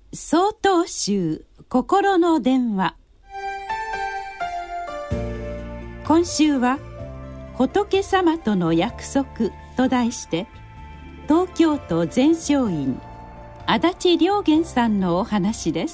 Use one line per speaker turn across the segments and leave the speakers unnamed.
曹洞宗心の電話。今週は仏様との約束と題して、東京都全勝院足立良源さんのお話です。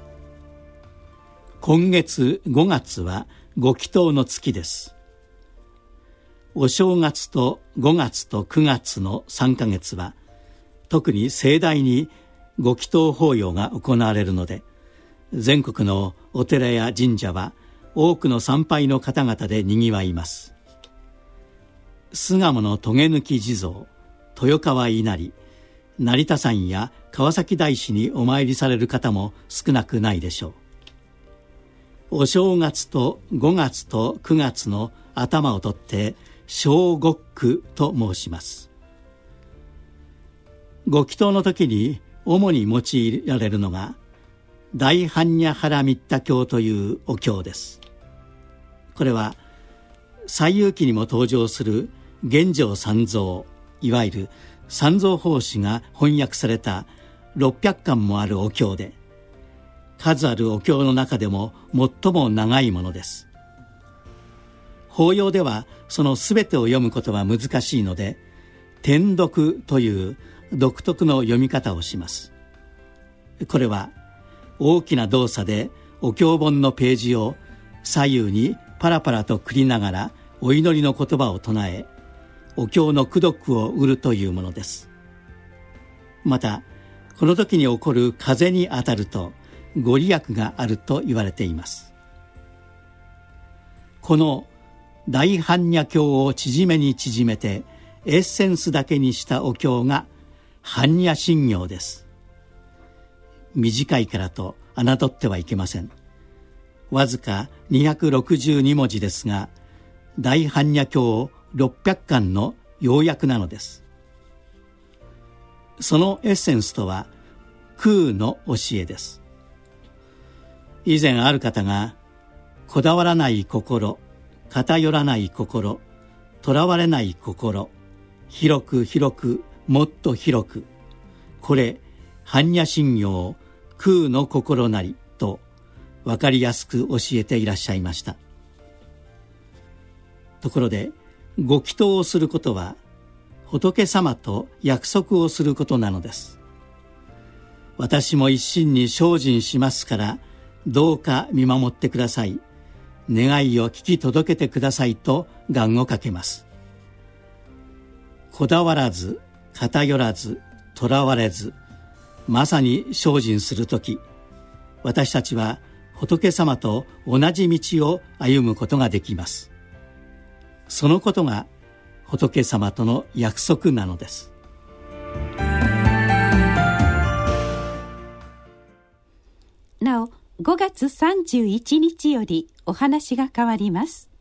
今月5月はご祈祷の月です。お正月と5月と9月の3ヶ月は特に盛大にご祈祷法要が行われるので、全国のお寺や神社は多くの参拝の方々でにぎわいます。巣鴨の棘抜地蔵、豊川稲荷、成田山や川崎大師にお参りされる方も少なくないでしょう。お正月と5月と9月の頭を取って正月句と申します。ご祈祷の時に主に用いられるのが大般若波羅蜜多経というお経です。これは西遊記にも登場する玄奘三蔵、いわゆる三蔵法師が翻訳された600巻もあるお経で、数あるお経の中でも最も長いものです。法要ではそのすべてを読むことは難しいので、転読という独特の読み方をします。これは大きな動作でお経本のページを左右にパラパラと繰りながらお祈りの言葉を唱え、お経の功徳を得るというものです。またこの時に起こる風に当たるとご利益があると言われています。この大般若経を縮めに縮めてエッセンスだけにしたお経が般若心経です。短いからと侮ってはいけません。わずか262文字ですが、大般若経600巻の要約なのです。そのエッセンスとは空の教えです。以前ある方が、こだわらない心、偏らない心、とらわれない心、広く広くもっと広く、これ般若心経空の心なりと分かりやすく教えていらっしゃいました。ところでご祈祷をすることは仏様と約束をすることなのです。私も一心に精進しますからどうか見守ってください、願いを聞き届けてくださいと願をかけます。こだわらず偏らずとらわれず、まさに精進するとき、私たちは仏様と同じ道を歩むことができます。そのことが仏様との約束なのです。
なお、5月31日よりお話が変わります。